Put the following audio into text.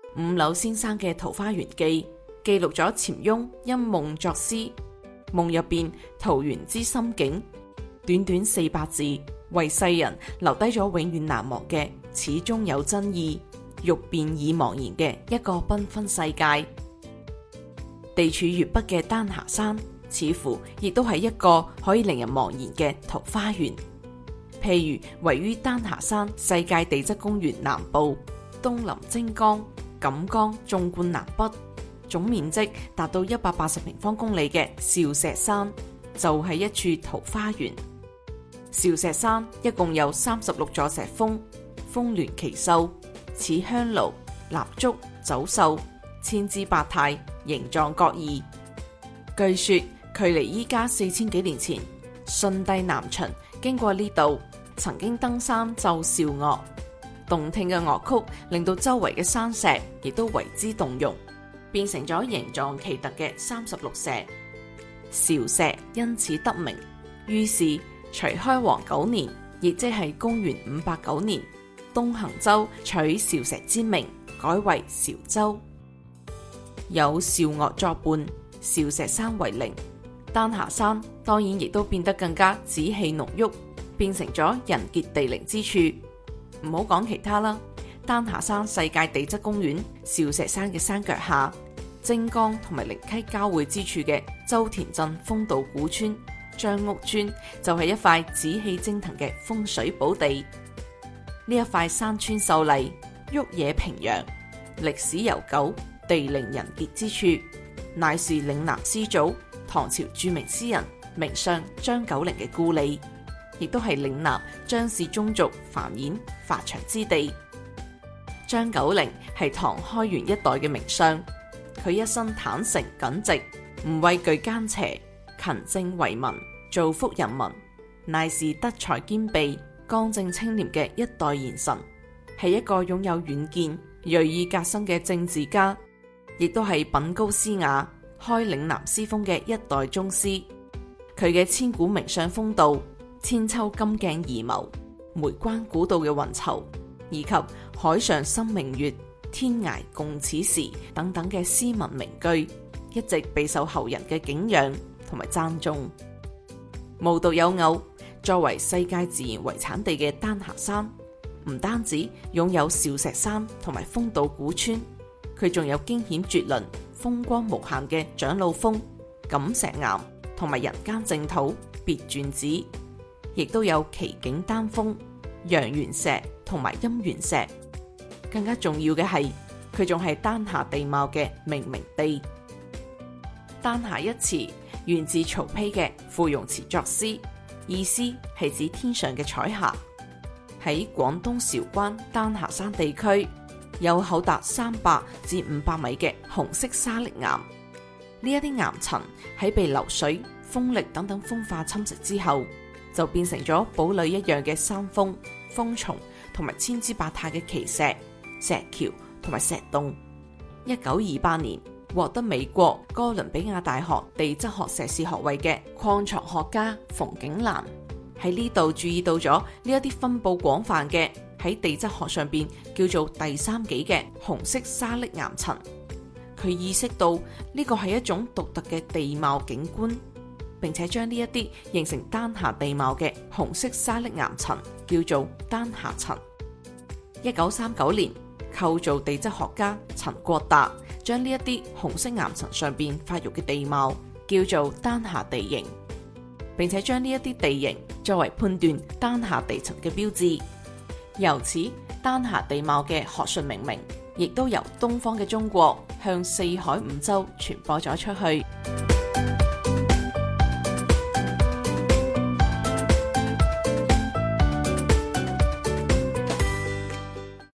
五柳先生嘅《桃花源記》記錄咗潛庸因夢作詩，夢入邊桃園之心境，短短400字，為世人留低咗永遠難忘嘅始終有真意，欲辨已茫然嘅一個繽紛世界。地處粵北嘅丹霞山，似乎亦都係一個可以令人茫然嘅桃花源。譬如位於丹霞山世界地質公園南部，東臨精江、錦江，縱貫南北，總面積達到180平方公里嘅少石山，就係一處桃花源。少石山一共有36座石峰，峰巒奇秀，似香爐、蠟燭、走獸，千姿百態，形狀各異。據說距離依家4000幾年前，舜帝南巡經過呢度，曾經登山奏韶樂，動聽嘅樂曲令到周圍嘅山石亦都為之動容，變成咗形狀奇特嘅36石。韶石因此得名。於是隋開皇9年，亦即係公元509年，東行州取韶石之名，改為韶州。有韶樂作伴，少石山為陵，丹霞山當然亦都變得更加紫氣濃郁，變成咗人傑地靈之處。唔好講其他啦，丹霞山世界地質公園少石山嘅山腳下，精江同埋靈溪交匯之處嘅周田鎮豐道古村、張屋村就係一塊紫氣蒸騰嘅風水寶地。呢一塊山川秀麗、沃野平陽、歷史悠久、地靈人傑之處，乃是嶺南詩祖、唐朝著名詩人名相張九齡嘅故里，亦都係嶺南張氏宗族繁衍發祥之地。張九齡係唐開元一代嘅名相，佢一生坦誠耿直，唔畏懼奸邪，勤政為民，造福人民，乃是德才兼備、剛正清廉嘅一代賢臣，係一個擁有遠見、銳意革新嘅政治家，亦都係品高思雅、開嶺南詩風嘅一代宗師。佢嘅千古名相風度、千秋金鏡儀謀、梅關古道嘅運籌，以及海上生明月、天涯共此時等等嘅詩文名句，一直備受後人嘅敬仰同埋讚頌。無獨有偶，作為世界自然遺產地嘅丹霞山，唔單止擁有少石山同埋豐道古村，佢仲有驚險絕倫、風光無限嘅長老峰、錦石岩同埋人間淨土別傳寺，亦都有奇景丹峰、陽元石同埋陰元石。更加重要嘅係，佢仲係丹霞地貌嘅命名地。丹霞一詞源自曹丕嘅芙蓉詞作詩，意思係指天上嘅彩霞。喺廣東韶關丹霞山地區，有厚達300至500米嘅紅色沙礫岩。呢一啲岩層喺被流水、風力等等風化侵蝕之後，就變成咗堡壘一樣嘅山峰、峰叢同埋千姿百態嘅奇石、石橋同埋石洞。1928年獲得美國哥倫比亞大學地質學碩士學位嘅礦藏學家馮景蘭喺呢度注意到咗呢一啲分佈廣泛嘅喺地質學上邊叫做第三紀嘅紅色沙礫岩層。佢意識到呢個係一種獨特嘅地貌景觀，並且將呢一啲形成丹霞地貌嘅紅色沙礫岩層叫做丹霞層。1939年，構造地質學家陳國達將呢一啲紅色岩層上邊發育嘅地貌叫做丹霞地形，並且將呢一啲地形作為判斷丹霞地層嘅標誌。由此，丹霞地貌嘅學術命名亦都由東方嘅中國向四海五洲傳播咗出去。